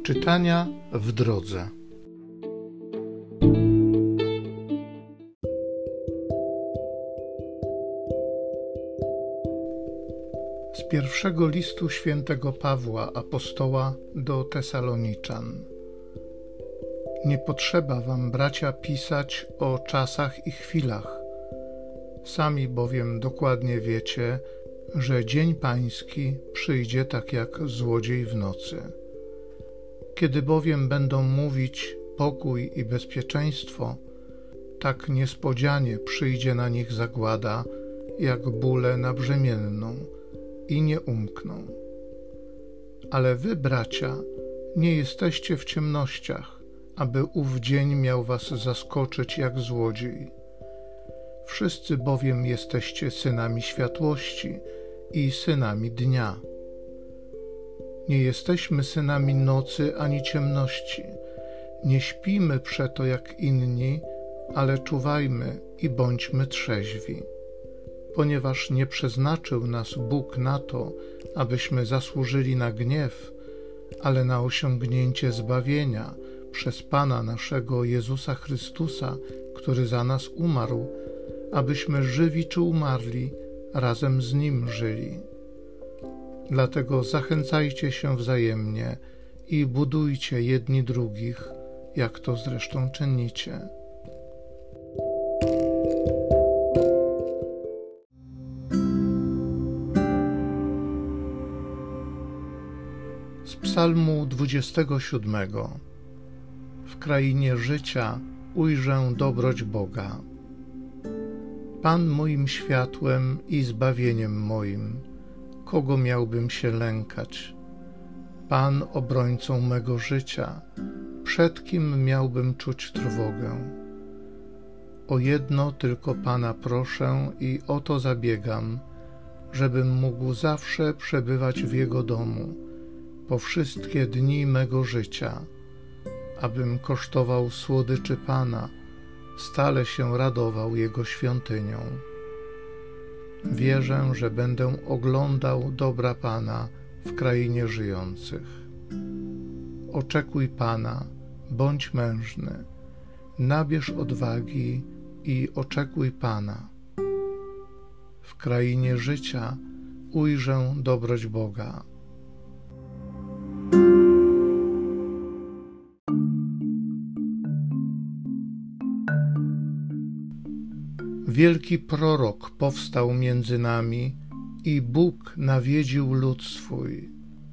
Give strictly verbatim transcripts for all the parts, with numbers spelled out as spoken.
Czytania w drodze. Z pierwszego listu świętego Pawła apostoła do Tesaloniczan. Nie potrzeba wam, bracia, pisać o czasach i chwilach. Sami bowiem dokładnie wiecie, że dzień pański przyjdzie tak jak złodziej w nocy. Kiedy bowiem będą mówić pokój i bezpieczeństwo, tak niespodzianie przyjdzie na nich zagłada, jak bóle na brzemienną, i nie umkną. Ale wy, bracia, nie jesteście w ciemnościach, aby ów dzień miał was zaskoczyć jak złodziej. Wszyscy bowiem jesteście synami światłości i synami dnia. Nie jesteśmy synami nocy ani ciemności. Nie śpimy przeto jak inni, ale czuwajmy i bądźmy trzeźwi. Ponieważ nie przeznaczył nas Bóg na to, abyśmy zasłużyli na gniew, ale na osiągnięcie zbawienia przez Pana naszego Jezusa Chrystusa, który za nas umarł, abyśmy żywi czy umarli, razem z Nim żyli. Dlatego zachęcajcie się wzajemnie i budujcie jedni drugich, jak to zresztą czynicie. Z Psalmu dwudziestego siódmego. W krainie życia ujrzę dobroć Boga. Pan moim światłem i zbawieniem moim, kogo miałbym się lękać? Pan obrońcą mego życia, przed kim miałbym czuć trwogę? O jedno tylko Pana proszę i o to zabiegam, żebym mógł zawsze przebywać w Jego domu, po wszystkie dni mego życia, abym kosztował słodyczy Pana, stale się radował Jego świątynią. Wierzę, że będę oglądał dobra Pana w krainie żyjących. Oczekuj Pana, bądź mężny, nabierz odwagi i oczekuj Pana. W krainie życia ujrzę dobroć Boga. Wielki prorok powstał między nami i Bóg nawiedził lud swój.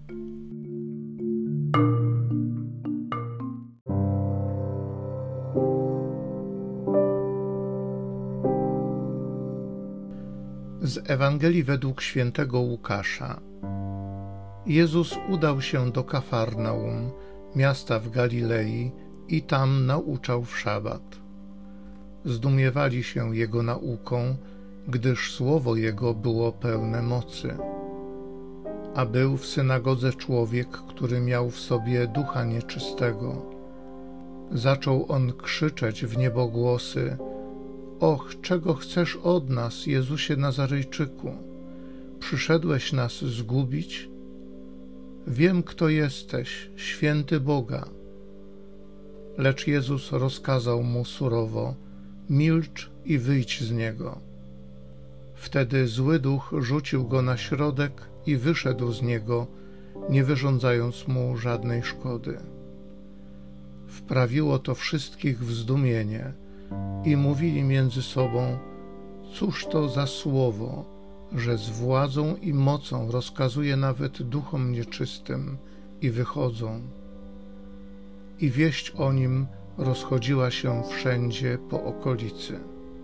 Z Ewangelii według świętego Łukasza. Jezus udał się do Kafarnaum, miasta w Galilei, i tam nauczał w szabat. Zdumiewali się Jego nauką, gdyż słowo Jego było pełne mocy. A był w synagodze człowiek, który miał w sobie ducha nieczystego. Zaczął on krzyczeć w niebogłosy: Och, czego chcesz od nas, Jezusie Nazarejczyku? Przyszedłeś nas zgubić? Wiem, kto jesteś, święty Boga. Lecz Jezus rozkazał mu surowo: milcz i wyjdź z niego. Wtedy zły duch rzucił go na środek i wyszedł z niego, nie wyrządzając mu żadnej szkody. Wprawiło to wszystkich w zdumienie i mówili między sobą: cóż to za słowo, że z władzą i mocą rozkazuje nawet duchom nieczystym i wychodzą. I wieść o nim rozchodziła się wszędzie po okolicy.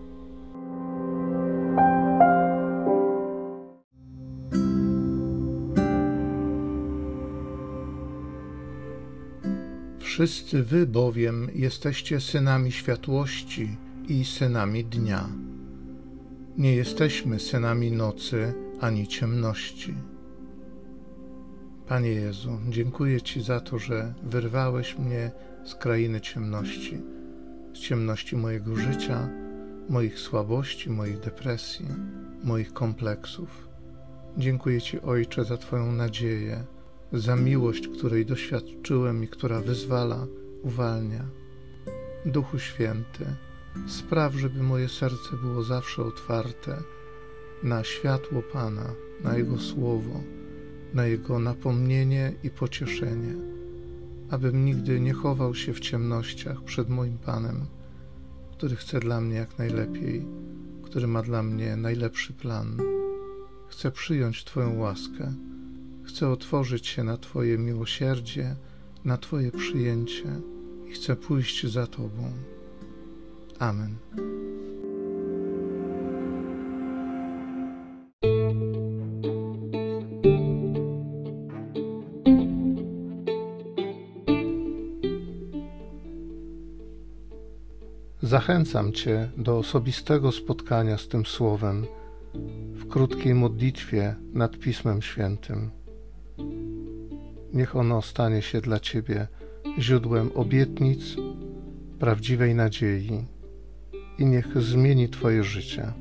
Wszyscy wy bowiem jesteście synami światłości i synami dnia. Nie jesteśmy synami nocy ani ciemności. Panie Jezu, dziękuję Ci za to, że wyrwałeś mnie z krainy ciemności, z ciemności mojego życia, moich słabości, moich depresji, moich kompleksów. Dziękuję Ci, Ojcze, za Twoją nadzieję, za miłość, której doświadczyłem i która wyzwala, uwalnia. Duchu Święty, spraw, żeby moje serce było zawsze otwarte na światło Pana, na Jego Słowo, na Jego napomnienie i pocieszenie, abym nigdy nie chował się w ciemnościach przed moim Panem, który chce dla mnie jak najlepiej, który ma dla mnie najlepszy plan. Chcę przyjąć Twoją łaskę, chcę otworzyć się na Twoje miłosierdzie, na Twoje przyjęcie i chcę pójść za Tobą. Amen. Zachęcam Cię do osobistego spotkania z tym Słowem w krótkiej modlitwie nad Pismem Świętym. Niech ono stanie się dla Ciebie źródłem obietnic, prawdziwej nadziei i niech zmieni Twoje życie.